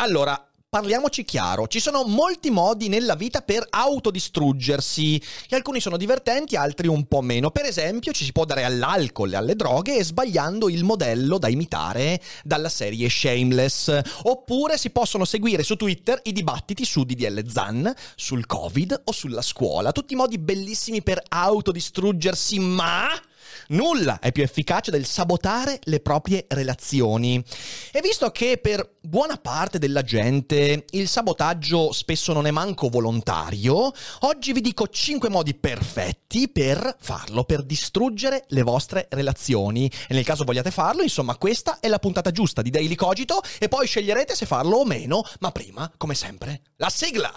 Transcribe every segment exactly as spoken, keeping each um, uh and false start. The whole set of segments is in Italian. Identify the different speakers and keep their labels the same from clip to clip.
Speaker 1: Allora, parliamoci chiaro, ci sono molti modi nella vita per autodistruggersi e alcuni sono divertenti, altri un po' meno. Per esempio, ci si può dare all'alcol e alle droghe sbagliando il modello da imitare dalla serie Shameless. Oppure si possono seguire su Twitter i dibattiti su D D L Zan, sul Covid o sulla scuola. Tutti modi bellissimi per autodistruggersi, ma nulla è più efficace del sabotare le proprie relazioni. E visto che per buona parte della gente il sabotaggio spesso non è manco volontario, oggi vi dico cinque modi perfetti per farlo, per distruggere le vostre relazioni. E nel caso vogliate farlo, insomma, questa è la puntata giusta di Daily Cogito e poi sceglierete se farlo o meno, ma prima, come sempre, la sigla!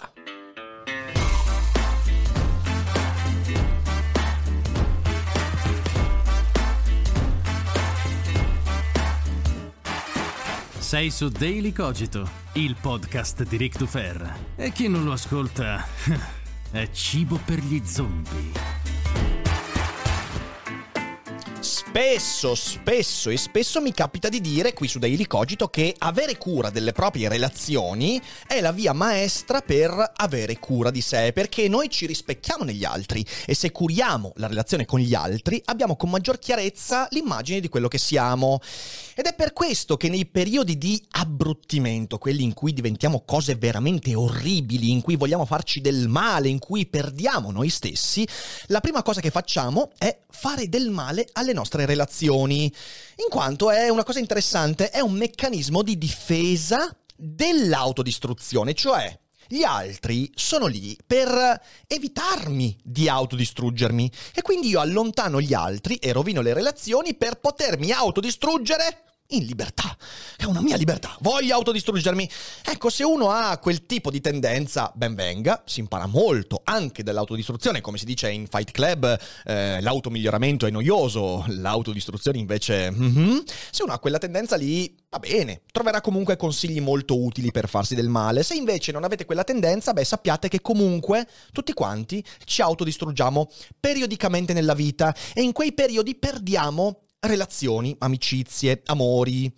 Speaker 2: Sei su Daily Cogito, il podcast di Rick Dufer. E chi non lo ascolta è cibo per gli zombie.
Speaker 1: Spesso, spesso e spesso mi capita di dire qui su Daily Cogito che avere cura delle proprie relazioni è la via maestra per avere cura di sé, perché noi ci rispecchiamo negli altri e se curiamo la relazione con gli altri abbiamo con maggior chiarezza l'immagine di quello che siamo. Ed è per questo che nei periodi di abbruttimento, quelli in cui diventiamo cose veramente orribili, in cui vogliamo farci del male, in cui perdiamo noi stessi, la prima cosa che facciamo è fare del male alle nostre relazioni, in quanto è una cosa interessante, è un meccanismo di difesa dell'autodistruzione, cioè gli altri sono lì per evitarmi di autodistruggermi e quindi io allontano gli altri e rovino le relazioni per potermi autodistruggere in libertà. È una mia libertà, voglio autodistruggermi. Ecco, se uno ha quel tipo di tendenza, ben venga, si impara molto anche dall'autodistruzione, come si dice in Fight Club, eh, l'automiglioramento è noioso, l'autodistruzione invece mm-hmm. Se uno ha quella tendenza lì, va bene, troverà comunque consigli molto utili per farsi del male. Se invece non avete quella tendenza, beh, sappiate che comunque tutti quanti ci autodistruggiamo periodicamente nella vita e in quei periodi perdiamo relazioni, amicizie, amori,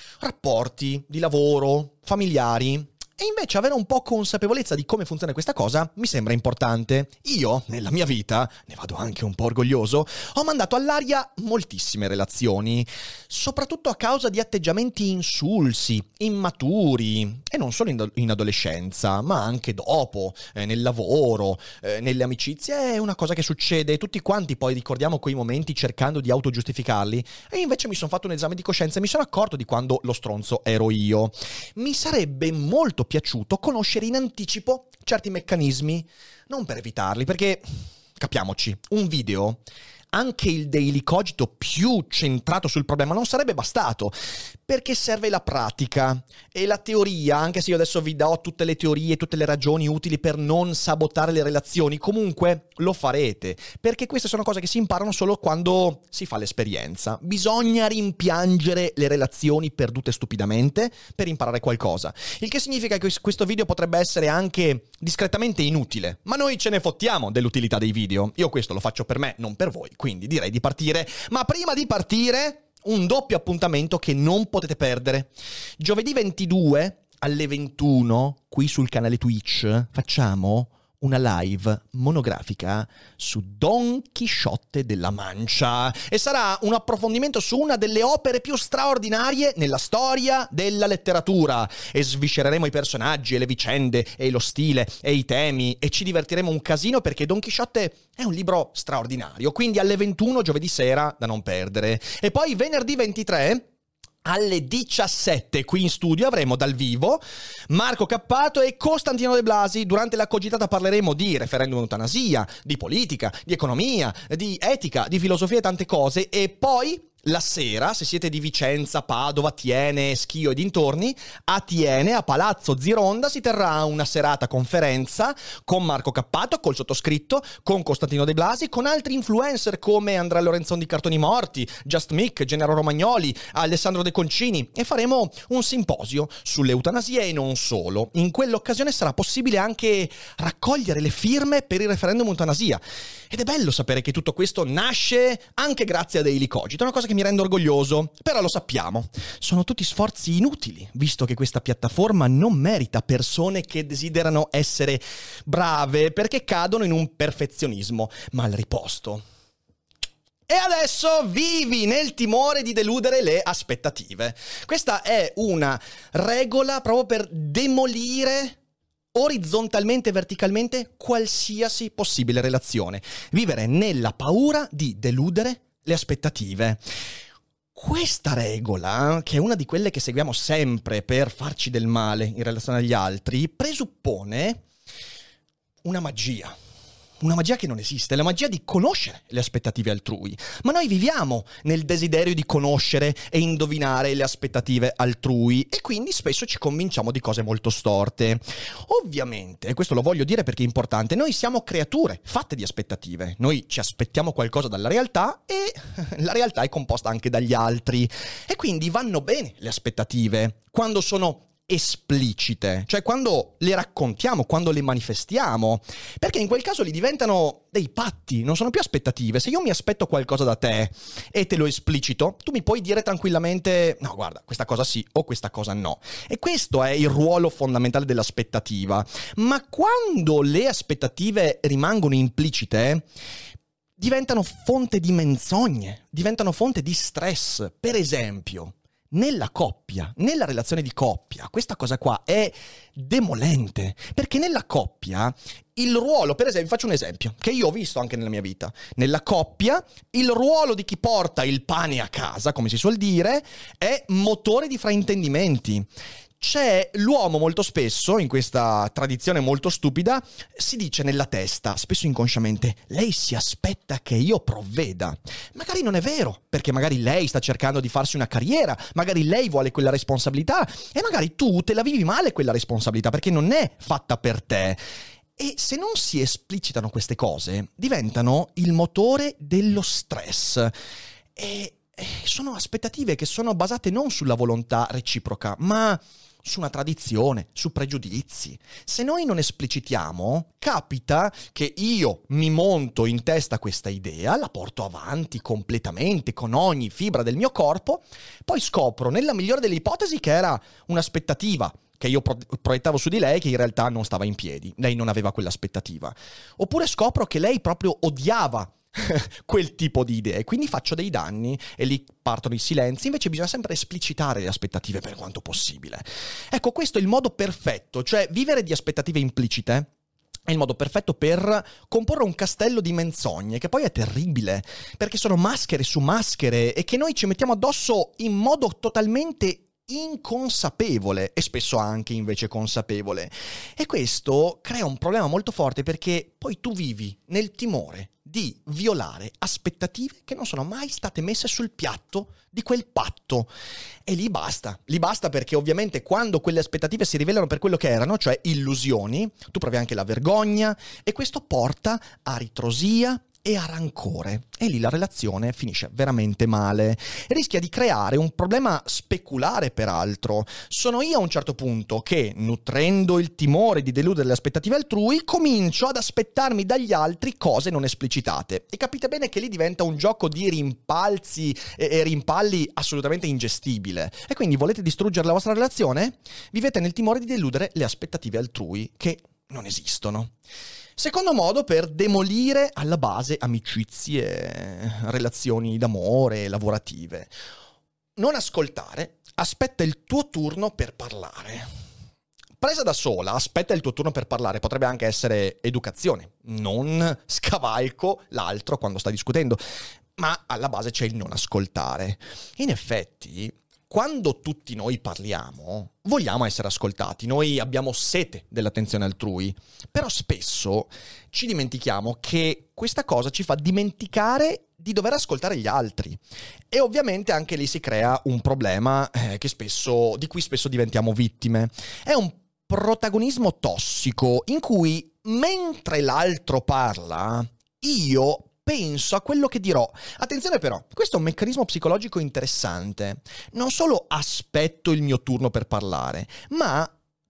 Speaker 1: rapporti di lavoro, familiari. E invece avere un po' consapevolezza di come funziona questa cosa mi sembra importante. Io, nella mia vita, ne vado anche un po' orgoglioso, ho mandato all'aria moltissime relazioni, soprattutto a causa di atteggiamenti insulsi, immaturi, e non solo in, in adolescenza, ma anche dopo, eh, nel lavoro, eh, nelle amicizie. È una cosa che succede, tutti quanti poi ricordiamo quei momenti cercando di autogiustificarli, e invece mi sono fatto un esame di coscienza e mi sono accorto di quando lo stronzo ero io. Mi sarebbe molto piaciuto conoscere in anticipo certi meccanismi, non per evitarli, perché, capiamoci, un video, anche il Daily Cogito più centrato sul problema, non sarebbe bastato, perché serve la pratica e la teoria. Anche se io adesso vi do tutte le teorie, tutte le ragioni utili per non sabotare le relazioni, comunque lo farete, perché queste sono cose che si imparano solo quando si fa l'esperienza. Bisogna rimpiangere le relazioni perdute stupidamente per imparare qualcosa, il che significa che questo video potrebbe essere anche discretamente inutile, ma noi ce ne fottiamo dell'utilità dei video. Io questo lo faccio per me, non per voi, quindi direi di partire. Ma prima di partire, un doppio appuntamento che non potete perdere. Giovedì ventidue alle ventuno, qui sul canale Twitch, facciamo una live monografica su Don Chisciotte della Mancia e sarà un approfondimento su una delle opere più straordinarie nella storia della letteratura e sviscereremo i personaggi e le vicende e lo stile e i temi e ci divertiremo un casino, perché Don Chisciotte è un libro straordinario. Quindi alle ventuno giovedì sera, da non perdere. E poi venerdì ventitré alle diciassette qui in studio avremo dal vivo Marco Cappato e Costantino De Blasi. Durante la cogitata parleremo di referendum e eutanasia, di politica, di economia, di etica, di filosofia e tante cose. E poi la sera, se siete di Vicenza, Padova, Thiene, Schio e dintorni, a Thiene, a Palazzo Zironda, si terrà una serata conferenza con Marco Cappato, col sottoscritto, con Costantino De Blasi, con altri influencer come Andrea Lorenzon di Cartoni Morti, Just Mick, Gennaro Romagnoli, Alessandro De Concini, e faremo un simposio sull'eutanasia e non solo. In quell'occasione sarà possibile anche raccogliere le firme per il referendum eutanasia. Ed è bello sapere che tutto questo nasce anche grazie a Daily Cogito, una cosa che che mi rende orgoglioso, però lo sappiamo, sono tutti sforzi inutili, visto che questa piattaforma non merita persone che desiderano essere brave perché cadono in un perfezionismo mal riposto. E adesso vivi nel timore di deludere le aspettative. Questa è una regola proprio per demolire orizzontalmente e verticalmente qualsiasi possibile relazione. Vivere nella paura di deludere le aspettative. Questa regola, che è una di quelle che seguiamo sempre per farci del male in relazione agli altri, presuppone una magia. Una magia che non esiste, la magia di conoscere le aspettative altrui. Ma noi viviamo nel desiderio di conoscere e indovinare le aspettative altrui e quindi spesso ci convinciamo di cose molto storte. Ovviamente, e questo lo voglio dire perché è importante, noi siamo creature fatte di aspettative. Noi ci aspettiamo qualcosa dalla realtà e la realtà è composta anche dagli altri. E quindi vanno bene le aspettative quando sono esplicite, cioè quando le raccontiamo, quando le manifestiamo, perché in quel caso li diventano dei patti, non sono più aspettative. Se io mi aspetto qualcosa da te e te lo esplicito, tu mi puoi dire tranquillamente no, guarda, questa cosa sì o questa cosa no. E questo è il ruolo fondamentale dell'aspettativa. Ma quando le aspettative rimangono implicite, diventano fonte di menzogne, diventano fonte di stress. Per esempio, nella coppia, nella relazione di coppia, questa cosa qua è demolente, perché nella coppia il ruolo, per esempio, faccio un esempio che io ho visto anche nella mia vita, nella coppia il ruolo di chi porta il pane a casa, come si suol dire, è motore di fraintendimenti. C'è l'uomo molto spesso, in questa tradizione molto stupida, si dice nella testa, spesso inconsciamente, lei si aspetta che io provveda. Magari non è vero, perché magari lei sta cercando di farsi una carriera, magari lei vuole quella responsabilità e magari tu te la vivi male quella responsabilità perché non è fatta per te. E se non si esplicitano queste cose, diventano il motore dello stress. E sono aspettative che sono basate non sulla volontà reciproca, ma su una tradizione, su pregiudizi. Se noi non esplicitiamo, capita che io mi monto in testa questa idea, la porto avanti completamente con ogni fibra del mio corpo, poi scopro, nella migliore delle ipotesi, che era un'aspettativa che io pro- proiettavo su di lei, che in realtà non stava in piedi. Lei non aveva quell'aspettativa. Oppure scopro che lei proprio odiava quel tipo di idee, quindi faccio dei danni e lì partono i silenzi. Invece bisogna sempre esplicitare le aspettative per quanto possibile. Ecco, questo è il modo perfetto, cioè vivere di aspettative implicite è il modo perfetto per comporre un castello di menzogne, che poi è terribile, perché sono maschere su maschere e che noi ci mettiamo addosso in modo totalmente inconsapevole e spesso anche invece consapevole. E questo crea un problema molto forte, perché poi tu vivi nel timore di violare aspettative che non sono mai state messe sul piatto di quel patto. E lì basta, lì basta, perché ovviamente quando quelle aspettative si rivelano per quello che erano, cioè illusioni, tu provi anche la vergogna e questo porta a ritrosia e a rancore, e lì la relazione finisce veramente male e rischia di creare un problema speculare. Peraltro sono io a un certo punto che, nutrendo il timore di deludere le aspettative altrui, comincio ad aspettarmi dagli altri cose non esplicitate, e capite bene che lì diventa un gioco di rimpalzi e, e rimpalli assolutamente ingestibile. E quindi volete distruggere la vostra relazione? Vivete nel timore di deludere le aspettative altrui che non esistono. Secondo modo per demolire alla base amicizie, relazioni d'amore, lavorative. Non ascoltare, aspetta il tuo turno per parlare. Presa da sola, aspetta il tuo turno per parlare, potrebbe anche essere educazione. Non scavalco l'altro quando sta discutendo, ma alla base c'è il non ascoltare. In effetti, quando tutti noi parliamo, vogliamo essere ascoltati, noi abbiamo sete dell'attenzione altrui, però spesso ci dimentichiamo che questa cosa ci fa dimenticare di dover ascoltare gli altri. E ovviamente anche lì si crea un problema eh, che spesso, di cui spesso diventiamo vittime. È un protagonismo tossico in cui, mentre l'altro parla, io penso a quello che dirò. Attenzione però, questo è un meccanismo psicologico interessante. Non solo aspetto il mio turno per parlare, ma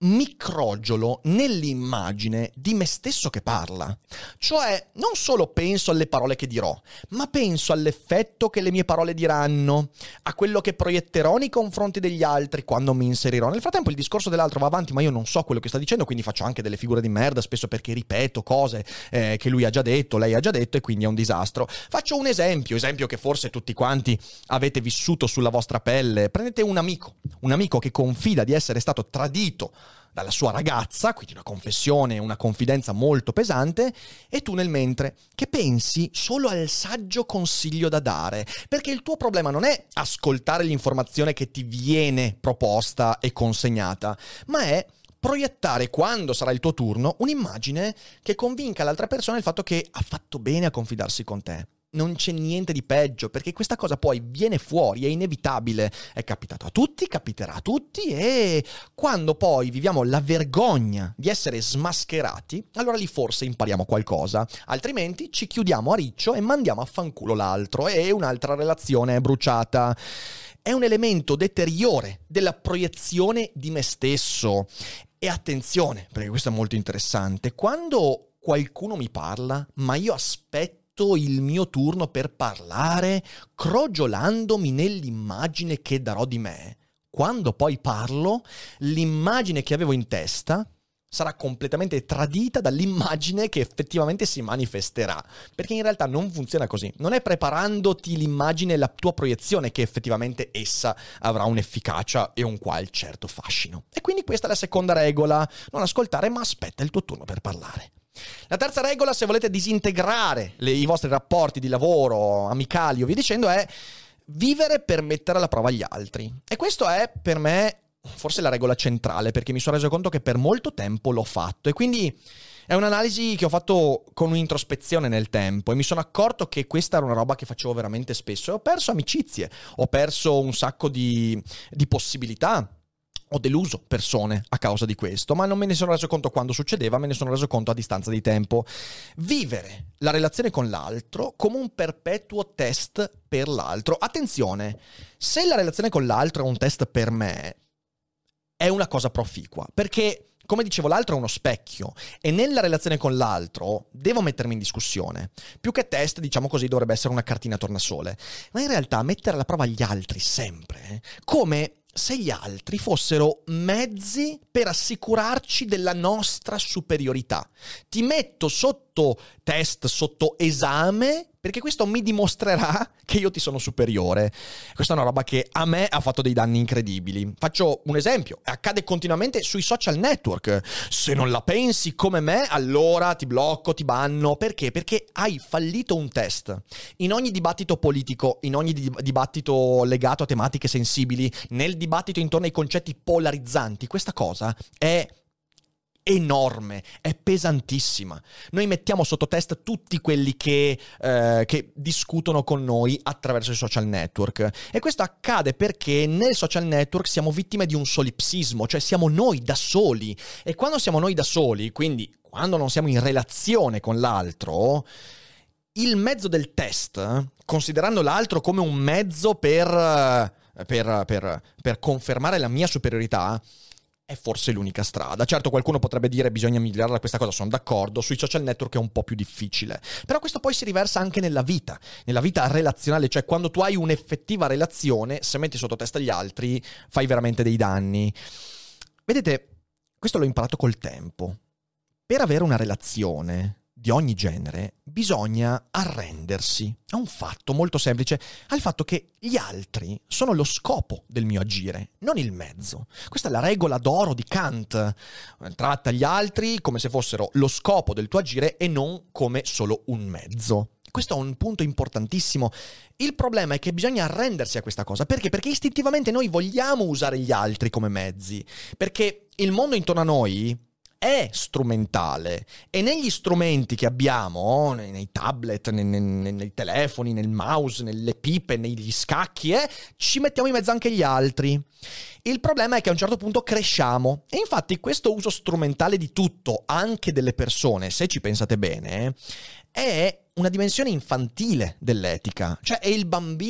Speaker 1: mi crogiolo nell'immagine di me stesso che parla. Cioè, non solo penso alle parole che dirò, ma penso all'effetto che le mie parole diranno, a quello che proietterò nei confronti degli altri quando mi inserirò. Nel frattempo il discorso dell'altro va avanti, ma io non so quello che sta dicendo, quindi faccio anche delle figure di merda, spesso perché ripeto cose eh, che lui ha già detto, lei ha già detto, e quindi è un disastro. Faccio un esempio, esempio che forse tutti quanti avete vissuto sulla vostra pelle. Prendete un amico, un amico che confida di essere stato tradito dalla sua ragazza, quindi una confessione, una confidenza molto pesante, e tu nel mentre che pensi solo al saggio consiglio da dare, perché il tuo problema non è ascoltare l'informazione che ti viene proposta e consegnata, ma è proiettare, quando sarà il tuo turno, un'immagine che convinca l'altra persona del fatto che ha fatto bene a confidarsi con te. Non c'è niente di peggio, perché questa cosa poi viene fuori, è inevitabile, è capitato a tutti, capiterà a tutti, e quando poi viviamo la vergogna di essere smascherati, allora lì forse impariamo qualcosa, altrimenti ci chiudiamo a riccio e mandiamo a fanculo l'altro e un'altra relazione è bruciata. È un elemento deteriore della proiezione di me stesso. E attenzione, perché questo è molto interessante, quando qualcuno mi parla, ma io aspetto il mio turno per parlare, crogiolandomi nell'immagine che darò di me, quando poi parlo, l'immagine che avevo in testa sarà completamente tradita dall'immagine che effettivamente si manifesterà, perché in realtà non funziona così. Non è preparandoti l'immagine e la tua proiezione che effettivamente essa avrà un'efficacia e un qual certo fascino. E quindi questa è la seconda regola: non ascoltare, ma aspetta il tuo turno per parlare. La terza regola, se volete disintegrare le, i vostri rapporti di lavoro, amicali o via dicendo, è vivere per mettere alla prova gli altri. E questo è per me forse la regola centrale, perché mi sono reso conto che per molto tempo l'ho fatto, e quindi è un'analisi che ho fatto con un'introspezione nel tempo, e mi sono accorto che questa era una roba che facevo veramente spesso, e ho perso amicizie, ho perso un sacco di, di possibilità. Ho deluso persone a causa di questo, ma non me ne sono reso conto quando succedeva, me ne sono reso conto a distanza di tempo. Vivere la relazione con l'altro come un perpetuo test per l'altro. Attenzione, se la relazione con l'altro è un test per me, è una cosa proficua, perché, come dicevo, l'altro è uno specchio, e nella relazione con l'altro devo mettermi in discussione. Più che test, diciamo così, dovrebbe essere una cartina tornasole. Ma in realtà mettere alla prova gli altri sempre, come se gli altri fossero mezzi per assicurarci della nostra superiorità. Ti metto sotto test, sotto esame, perché questo mi dimostrerà che io ti sono superiore. Questa è una roba che a me ha fatto dei danni incredibili. Faccio un esempio: accade continuamente sui social network. Se non la pensi come me, allora ti blocco, ti banno. Perché? Perché hai fallito un test. In ogni dibattito politico, in ogni di- dibattito legato a tematiche sensibili, nel dibattito intorno ai concetti polarizzanti, questa cosa è enorme, è pesantissima. Noi mettiamo sotto test tutti quelli che, eh, che discutono con noi attraverso i social network, e questo accade perché nel social network siamo vittime di un solipsismo, cioè siamo noi da soli, e quando siamo noi da soli, quindi quando non siamo in relazione con l'altro, il mezzo del test, considerando l'altro come un mezzo per, per, per, per confermare la mia superiorità, è forse l'unica strada. Certo, qualcuno potrebbe dire bisogna migliorare questa cosa, sono d'accordo, sui social network è un po' più difficile, però questo poi si riversa anche nella vita, nella vita relazionale, cioè quando tu hai un'effettiva relazione, se metti sotto testa gli altri, fai veramente dei danni. Vedete, questo l'ho imparato col tempo. Per avere una relazione di ogni genere bisogna arrendersi a un fatto molto semplice, al fatto che gli altri sono lo scopo del mio agire, non il mezzo. Questa è la regola d'oro di Kant. Tratta gli altri come se fossero lo scopo del tuo agire e non come solo un mezzo. Questo è un punto importantissimo. Il problema è che bisogna arrendersi a questa cosa. Perché? Perché istintivamente noi vogliamo usare gli altri come mezzi, perché il mondo intorno a noi è strumentale, e negli strumenti che abbiamo, nei, nei tablet, nei, nei, nei telefoni, nel mouse, nelle pipe, negli scacchi, eh, ci mettiamo in mezzo anche gli altri. Il problema è che a un certo punto cresciamo, e infatti questo uso strumentale di tutto, anche delle persone, se ci pensate bene, è una dimensione infantile dell'etica, cioè è il bambino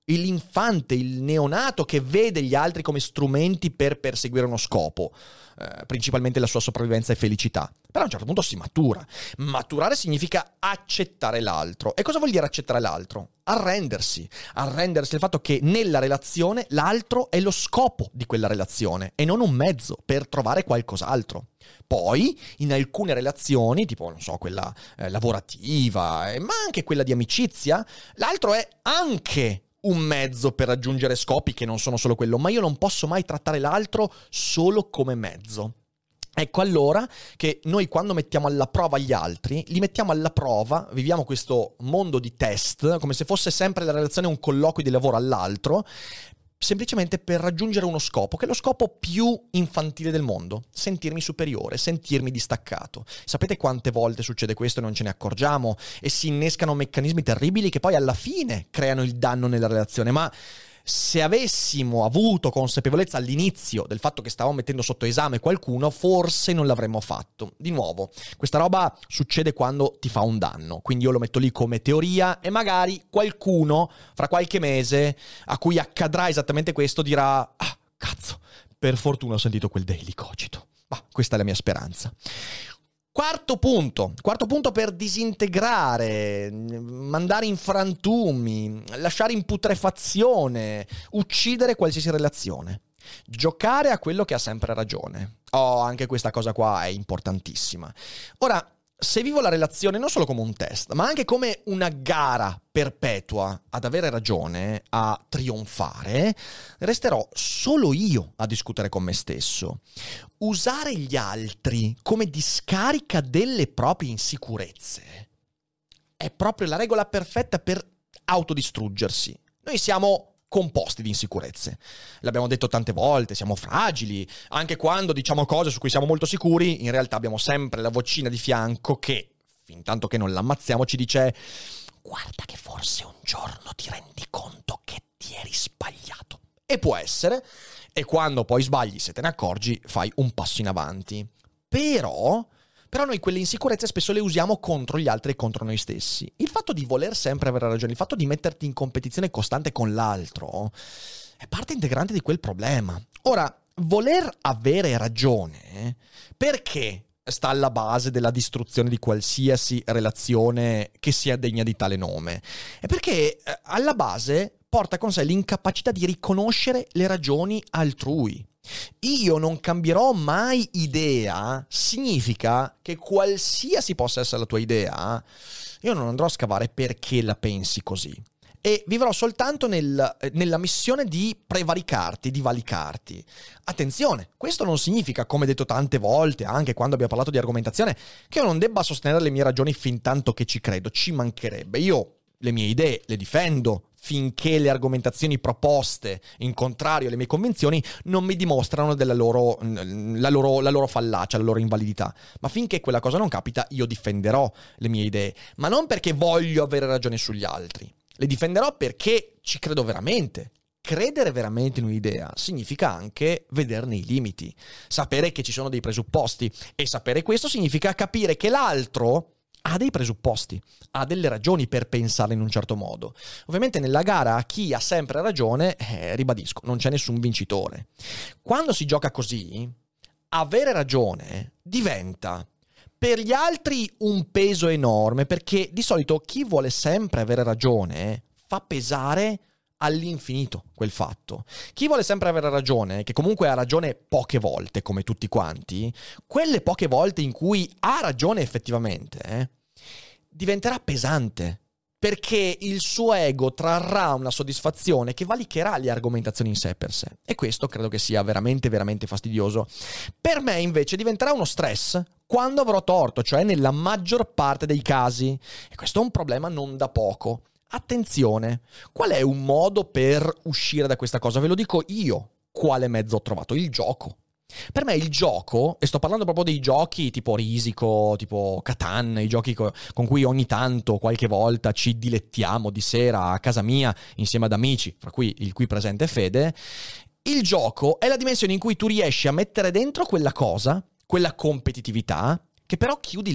Speaker 1: l'infante, il neonato che vede gli altri come strumenti per perseguire uno scopo, eh, principalmente la sua sopravvivenza e felicità. Però a un certo punto si matura. Maturare significa accettare l'altro. E cosa vuol dire accettare l'altro? Arrendersi. Arrendersi al fatto che nella relazione l'altro è lo scopo di quella relazione e non un mezzo per trovare qualcos'altro. Poi, in alcune relazioni, tipo, non so, quella eh, lavorativa, eh, ma anche quella di amicizia, l'altro è anche un mezzo per raggiungere scopi che non sono solo quello, ma io non posso mai trattare l'altro solo come mezzo. Ecco allora che noi quando mettiamo alla prova gli altri, li mettiamo alla prova, viviamo questo mondo di test, come se fosse sempre la relazione un colloquio di lavoro all'altro, semplicemente per raggiungere uno scopo, che è lo scopo più infantile del mondo: sentirmi superiore, sentirmi distaccato. Sapete quante volte succede questo e non ce ne accorgiamo? E si innescano meccanismi terribili che poi alla fine creano il danno nella relazione. Ma se avessimo avuto consapevolezza all'inizio del fatto che stavamo mettendo sotto esame qualcuno, forse non l'avremmo fatto. Di nuovo, questa roba succede quando ti fa un danno, quindi io lo metto lì come teoria e magari qualcuno fra qualche mese a cui accadrà esattamente questo dirà: ah, cazzo, per fortuna ho sentito quel Daily Cogito. Ma questa è la mia speranza. Quarto punto, quarto punto per disintegrare, mandare in frantumi, lasciare in putrefazione, uccidere qualsiasi relazione. Giocare a quello che ha sempre ragione. Oh, anche questa cosa qua è importantissima. Ora, se vivo la relazione non solo come un test, ma anche come una gara perpetua ad avere ragione, a trionfare, resterò solo io a discutere con me stesso. Usare gli altri come discarica delle proprie insicurezze è proprio la regola perfetta per autodistruggersi. Noi siamo composti di insicurezze. L'abbiamo detto tante volte, siamo fragili. Anche quando diciamo cose su cui siamo molto sicuri, in realtà abbiamo sempre la vocina di fianco che, fin tanto che non l'ammazziamo, ci dice: guarda che forse un giorno ti rendi conto che ti eri sbagliato. E può essere, e quando poi sbagli, se te ne accorgi, fai un passo in avanti. Però... Però noi quelle insicurezze spesso le usiamo contro gli altri e contro noi stessi. Il fatto di voler sempre avere ragione, il fatto di metterti in competizione costante con l'altro, è parte integrante di quel problema. Ora, voler avere ragione, perché sta alla base della distruzione di qualsiasi relazione che sia degna di tale nome? È perché eh, alla base porta con sé l'incapacità di riconoscere le ragioni altrui. Io non cambierò mai idea significa che qualsiasi possa essere la tua idea, io non andrò a scavare perché la pensi così. E vivrò soltanto nel, nella missione di prevaricarti, di valicarti. Attenzione, questo non significa, come detto tante volte, anche quando abbiamo parlato di argomentazione, che io non debba sostenere le mie ragioni fin tanto che ci credo, ci mancherebbe. Io le mie idee le difendo finché le argomentazioni proposte in contrario alle mie convinzioni non mi dimostrano della loro, la loro, la loro fallacia, la loro invalidità. Ma finché quella cosa non capita, io difenderò le mie idee, ma non perché voglio avere ragione sugli altri. Le difenderò perché ci credo veramente. Credere veramente in un'idea significa anche vederne i limiti, sapere che ci sono dei presupposti, e sapere questo significa capire che l'altro ha dei presupposti, ha delle ragioni per pensarla in un certo modo. Ovviamente nella gara chi ha sempre ragione, eh, ribadisco, non c'è nessun vincitore. Quando si gioca così, avere ragione diventa per gli altri un peso enorme, perché di solito chi vuole sempre avere ragione fa pesare all'infinito quel fatto. Chi vuole sempre avere ragione, che comunque ha ragione poche volte, come tutti quanti, quelle poche volte in cui ha ragione effettivamente, eh, diventerà pesante, perché il suo ego trarrà una soddisfazione che valicherà le argomentazioni in sé per sé. E questo credo che sia veramente, veramente fastidioso. Per me, invece, diventerà uno stress quando avrò torto, cioè nella maggior parte dei casi. E questo è un problema non da poco. Attenzione, qual è un modo per uscire da questa cosa? Ve lo dico io, quale mezzo ho trovato? Il gioco. Per me il gioco, e sto parlando proprio dei giochi tipo Risico, tipo Catan, i giochi co- con cui ogni tanto, qualche volta, ci dilettiamo di sera a casa mia insieme ad amici, fra cui il qui presente Fede. Il gioco è la dimensione in cui tu riesci a mettere dentro quella cosa, quella competitività, che però chiudi lì.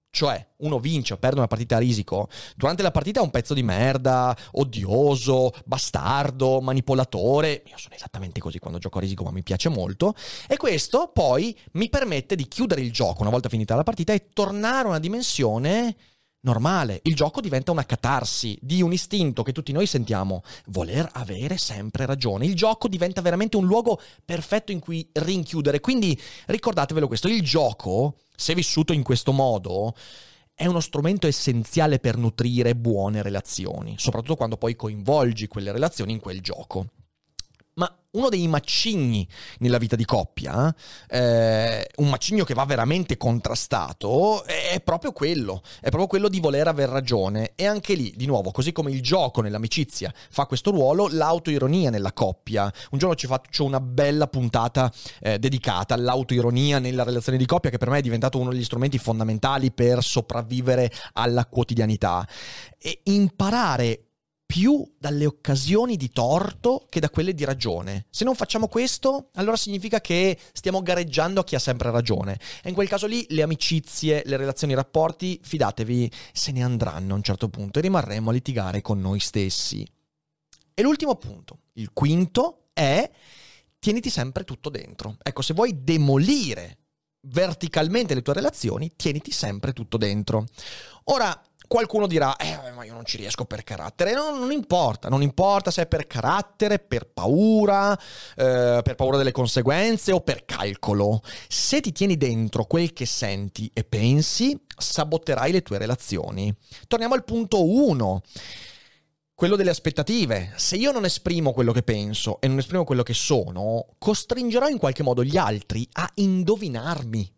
Speaker 1: Cioè, uno vince o perde una partita a risico, durante la partita è un pezzo di merda, odioso, bastardo, manipolatore. Io sono esattamente così quando gioco a risico, ma mi piace molto. E questo poi mi permette di chiudere il gioco una volta finita la partita e tornare a una dimensione normale. Il gioco diventa una catarsi di un istinto che tutti noi sentiamo, voler avere sempre ragione. Il gioco diventa veramente un luogo perfetto in cui rinchiudere. Quindi ricordatevelo questo, il gioco, se vissuto in questo modo, è uno strumento essenziale per nutrire buone relazioni, soprattutto quando poi coinvolgi quelle relazioni in quel gioco. Ma uno dei macigni nella vita di coppia, eh, un macigno che va veramente contrastato, è proprio quello, è proprio quello di voler aver ragione. E anche lì, di nuovo, così come il gioco nell'amicizia fa questo ruolo, l'autoironia nella coppia. Un giorno ci faccio una bella puntata eh, dedicata all'autoironia nella relazione di coppia, che per me è diventato uno degli strumenti fondamentali per sopravvivere alla quotidianità. E imparare più dalle occasioni di torto che da quelle di ragione. Se non facciamo questo, allora significa che stiamo gareggiando a chi ha sempre ragione. E in quel caso lì le amicizie, le relazioni, i rapporti, fidatevi, se ne andranno a un certo punto e rimarremo a litigare con noi stessi. E l'ultimo punto, il quinto, è tieniti sempre tutto dentro. Ecco, se vuoi demolire verticalmente le tue relazioni, tieniti sempre tutto dentro. Ora, qualcuno dirà, eh, ma io non ci riesco per carattere. No, non importa, non importa se è per carattere, per paura, eh, per paura delle conseguenze o per calcolo. Se ti tieni dentro quel che senti e pensi, saboterai le tue relazioni. Torniamo al punto uno, quello delle aspettative. Se io non esprimo quello che penso e non esprimo quello che sono, costringerò in qualche modo gli altri a indovinarmi.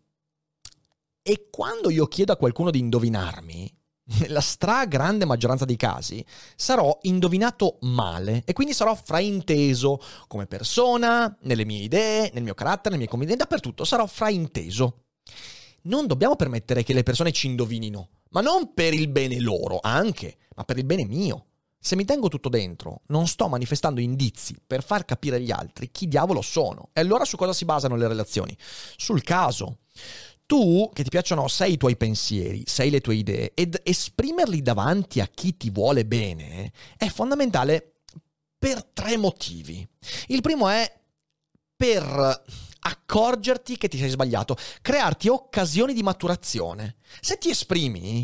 Speaker 1: E quando io chiedo a qualcuno di indovinarmi, nella stragrande maggioranza dei casi sarò indovinato male e quindi sarò frainteso come persona, nelle mie idee, nel mio carattere, nelle mie convinzioni, dappertutto sarò frainteso. Non dobbiamo permettere che le persone ci indovinino, ma non per il bene loro, anche, ma per il bene mio. Se mi tengo tutto dentro, non sto manifestando indizi per far capire agli altri chi diavolo sono. E allora su cosa si basano le relazioni? Sul caso. Tu, che ti piacciono sei i tuoi pensieri, sei le tue idee, ed esprimerli davanti a chi ti vuole bene è fondamentale per tre motivi. Il primo è per accorgerti che ti sei sbagliato, crearti occasioni di maturazione. Se ti esprimi,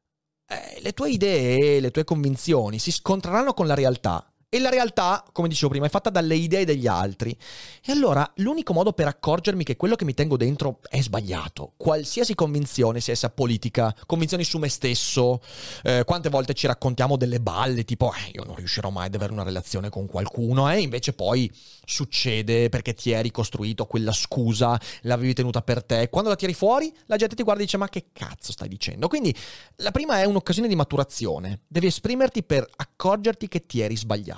Speaker 1: eh, le tue idee, le tue convinzioni si scontreranno con la realtà. E la realtà, come dicevo prima, è fatta dalle idee degli altri. E allora l'unico modo per accorgermi che quello che mi tengo dentro è sbagliato, qualsiasi convinzione, sia essa politica, convinzioni su me stesso, eh, quante volte ci raccontiamo delle balle, tipo eh, io non riuscirò mai ad avere una relazione con qualcuno, e eh, invece poi succede perché ti eri costruito quella scusa, l'avevi tenuta per te. Quando la tiri fuori, la gente ti guarda e dice ma che cazzo stai dicendo? Quindi la prima è un'occasione di maturazione. Devi esprimerti per accorgerti che ti eri sbagliato.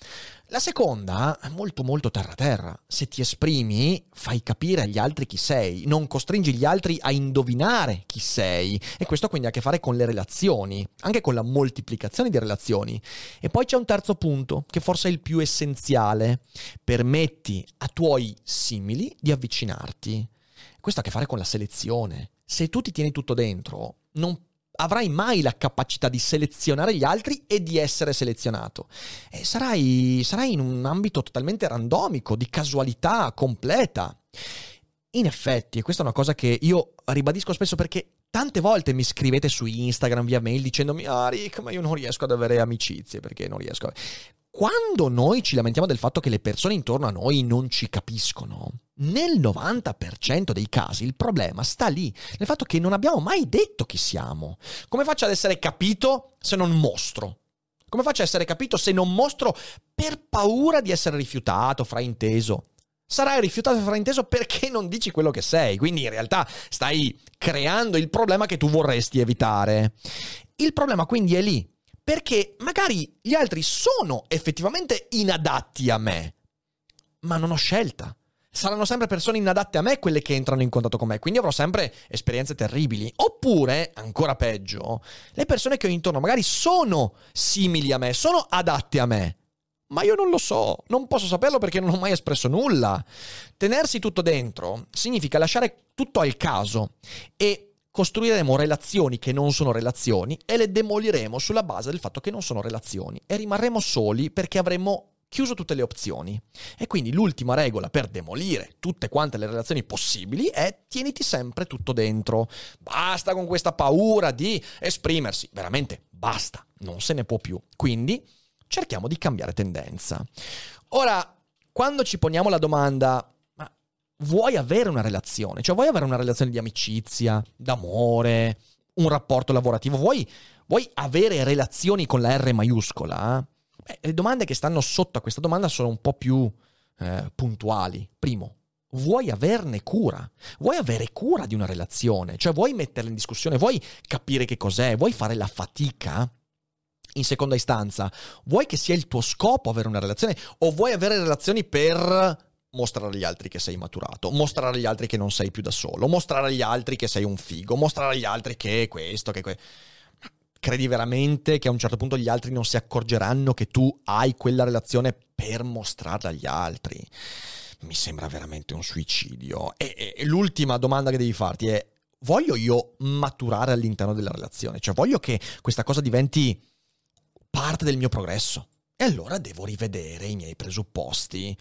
Speaker 1: La seconda è molto molto terra terra. Se ti esprimi, fai capire agli altri chi sei, non costringi gli altri a indovinare chi sei, e questo quindi ha a che fare con le relazioni, anche con la moltiplicazione di relazioni. E poi c'è un terzo punto, che forse è il più essenziale: permetti a tuoi simili di avvicinarti. Questo ha a che fare con la selezione. Se tu ti tieni tutto dentro, non avrai mai la capacità di selezionare gli altri e di essere selezionato. E sarai, sarai in un ambito totalmente randomico, di casualità completa. In effetti, e questa è una cosa che io ribadisco spesso, perché tante volte mi scrivete su Instagram via mail dicendomi ah Rick, ma io non riesco ad avere amicizie, perché non riesco a... Quando noi ci lamentiamo del fatto che le persone intorno a noi non ci capiscono, nel novanta per cento dei casi il problema sta lì, nel fatto che non abbiamo mai detto chi siamo. Come faccio ad essere capito se non mostro? Come faccio ad essere capito se non mostro per paura di essere rifiutato, frainteso? Sarai rifiutato e frainteso perché non dici quello che sei, quindi in realtà stai creando il problema che tu vorresti evitare. Il problema quindi è lì, perché magari gli altri sono effettivamente inadatti a me, ma non ho scelta. Saranno sempre persone inadatte a me quelle che entrano in contatto con me, quindi avrò sempre esperienze terribili. Oppure, ancora peggio, le persone che ho intorno magari sono simili a me, sono adatte a me, ma io non lo so, non posso saperlo perché non ho mai espresso nulla. Tenersi tutto dentro significa lasciare tutto al caso e costruiremo relazioni che non sono relazioni e le demoliremo sulla base del fatto che non sono relazioni e rimarremo soli perché avremo chiuso tutte le opzioni. E quindi l'ultima regola per demolire tutte quante le relazioni possibili è: tieniti sempre tutto dentro. Basta con questa paura di esprimersi. Veramente basta, non se ne può più. Quindi cerchiamo di cambiare tendenza. Ora, quando ci poniamo la domanda: ma vuoi avere una relazione? Cioè vuoi avere una relazione di amicizia, d'amore, un rapporto lavorativo? Vuoi, vuoi avere relazioni con la R maiuscola? Beh, le domande che stanno sotto a questa domanda sono un po' più eh, puntuali. Primo, vuoi averne cura? Vuoi avere cura di una relazione? Cioè vuoi metterla in discussione? Vuoi capire che cos'è? Vuoi fare la fatica? In seconda istanza, vuoi che sia il tuo scopo avere una relazione o vuoi avere relazioni per mostrare agli altri che sei maturato, mostrare agli altri che non sei più da solo, mostrare agli altri che sei un figo, mostrare agli altri che questo, che questo? Credi veramente che a un certo punto gli altri non si accorgeranno che tu hai quella relazione per mostrarla agli altri? Mi sembra veramente un suicidio. E, e l'ultima domanda che devi farti è: voglio io maturare all'interno della relazione? Cioè voglio che questa cosa diventi parte del mio progresso? E allora devo rivedere i miei presupposti.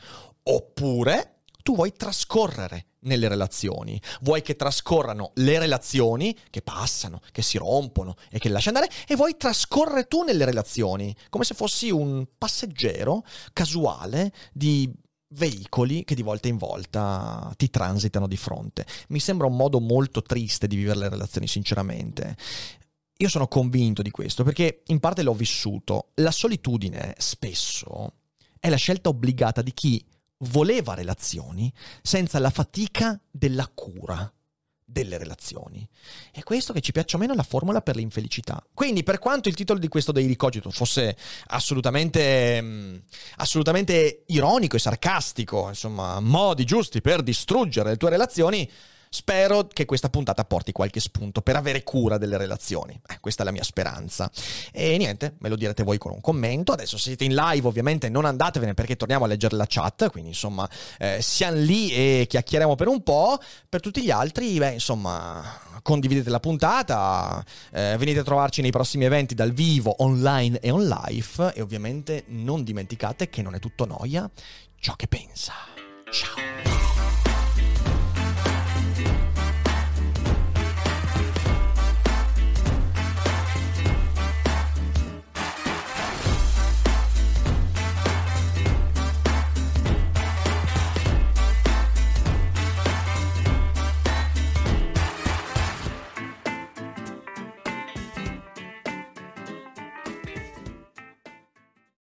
Speaker 1: Oppure tu vuoi trascorrere nelle relazioni, vuoi che trascorrano le relazioni che passano, che si rompono e che lasci andare, e vuoi trascorrere tu nelle relazioni come se fossi un passeggero casuale di veicoli che di volta in volta ti transitano di fronte. Mi sembra un modo molto triste di vivere le relazioni, sinceramente. Io sono convinto di questo perché in parte l'ho vissuto. La solitudine spesso è la scelta obbligata di chi voleva relazioni senza la fatica della cura delle relazioni. È questo che ci piaccia o meno la formula per l'infelicità. Quindi, per quanto il titolo di questo Daily Cogito fosse assolutamente mh, assolutamente ironico e sarcastico, insomma, modi giusti per distruggere le tue relazioni, spero che questa puntata porti qualche spunto per avere cura delle relazioni. Eh, questa è la mia speranza. E niente, me lo direte voi con un commento. Adesso se siete in live ovviamente non andatevene perché torniamo a leggere la chat, quindi insomma eh, siamo lì e chiacchieriamo per un po'. Per tutti gli altri, beh insomma, condividete la puntata, eh, venite a trovarci nei prossimi eventi dal vivo, online e on live, e ovviamente non dimenticate che non è tutto noia ciò che pensa. Ciao!